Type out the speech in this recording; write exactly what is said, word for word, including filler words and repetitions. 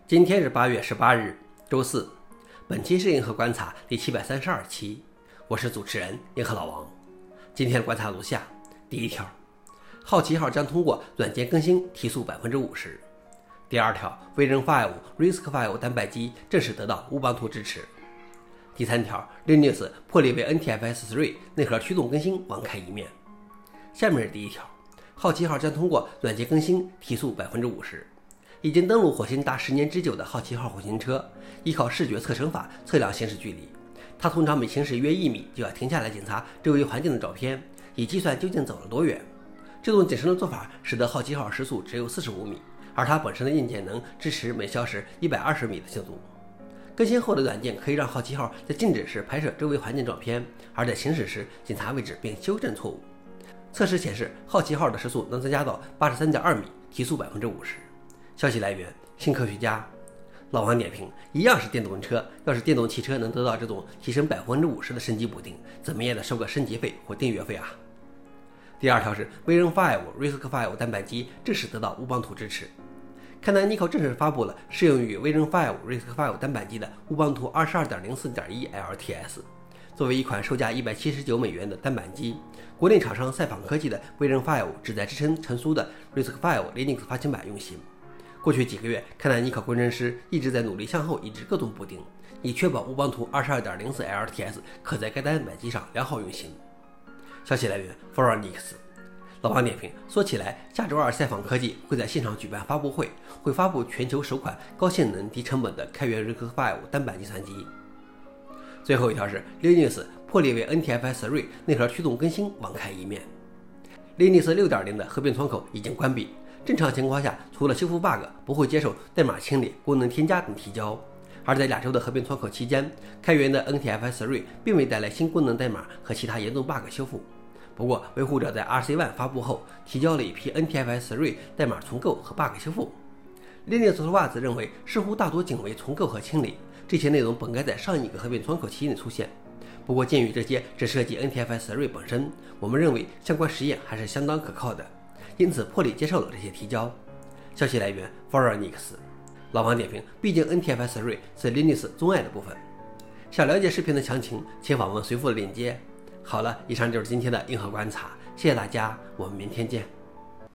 今天是八月十八日，周四。本期是银河观察第七百三十二期，我是主持人银河老王。今天的观察如下：第一条，好奇号将通过软件更新提速 百分之五十。 第二条， Vision 五 RISC-V 单败机正式得到乌邦图支持。第三条， Linux 破例为 N T F S 三 内核驱动更新网开一面。下面是第一条，好奇号将通过软件更新提速 百分之五十。已经登陆火星达十年之久的好奇号火星车，依靠视觉测程法测量行驶距离。它通常每行驶约一米就要停下来检查周围环境的照片，以计算究竟走了多远。这种谨慎的做法使得好奇号时速只有四十五米，而它本身的硬件能支持每小时一百二十米的行速。更新后的软件可以让好奇号在静止时拍摄周围环境照片，而在行驶时检查位置并修正错误。测试显示，好奇号的时速能增加到 八十三点二米，提速 百分之五十。消息来源：新科学家。老王点评：一样是电动车，要是电动汽车能得到这种提升 百分之五十 的升级补丁，怎么也得收个升级费或订阅费啊。第二条是 Vision 五 RISC-V 单板机正式得到乌邦图支持。Canonical 正式发布了适用于 Vision 五 RISC-V 单板机的乌邦图 二十二点零四点一 L T S。作为一款售价一百七十九美元的单板机，国内厂商赛仿科技的 Vision 五旨在支撑成熟的 RISC-V Linux 发行版运行。过去几个月，看来尼考工程师一直在努力向后移植各种补丁，以确保乌邦图 二十二点零四 L T S 可在该单板机上良好运行。消息来源 Foronix。 老王点评：说起来，下周二赛仿科技会在现场举办发布会，会发布全球首款高性能低成本的开源 RISC-V 单板计算机。最后一条是 Linux 破例为 N T F S 三 内核驱动更新网开一面。Linux 六点零 的合并窗口已经关闭，正常情况下，除了修复 bug， 不会接受代码清理、功能添加等提交。而在两周的合并窗口期间，开源的 N T F S 三 并未带来新功能代码和其他严重 bug 修复。不过，维护者在 R C 一 发布后提交了一批 N T F S 三 代码重构和 bug 修复。Linux 托瓦兹认为，似乎大多仅为重构和清理，这些内容本该在上一个合并窗口期内出现。不过，鉴于这些只涉及 N T F S 三 本身，我们认为相关实验还是相当可靠的。因此破例接受了这些提交。消息来源 Foronix。 老王点评：毕竟 N T F S 三 是 Linux 钟爱的部分。想了解视频的详情，请访问随附的链接。好了，以上就是今天的硬核观察，谢谢大家，我们明天见。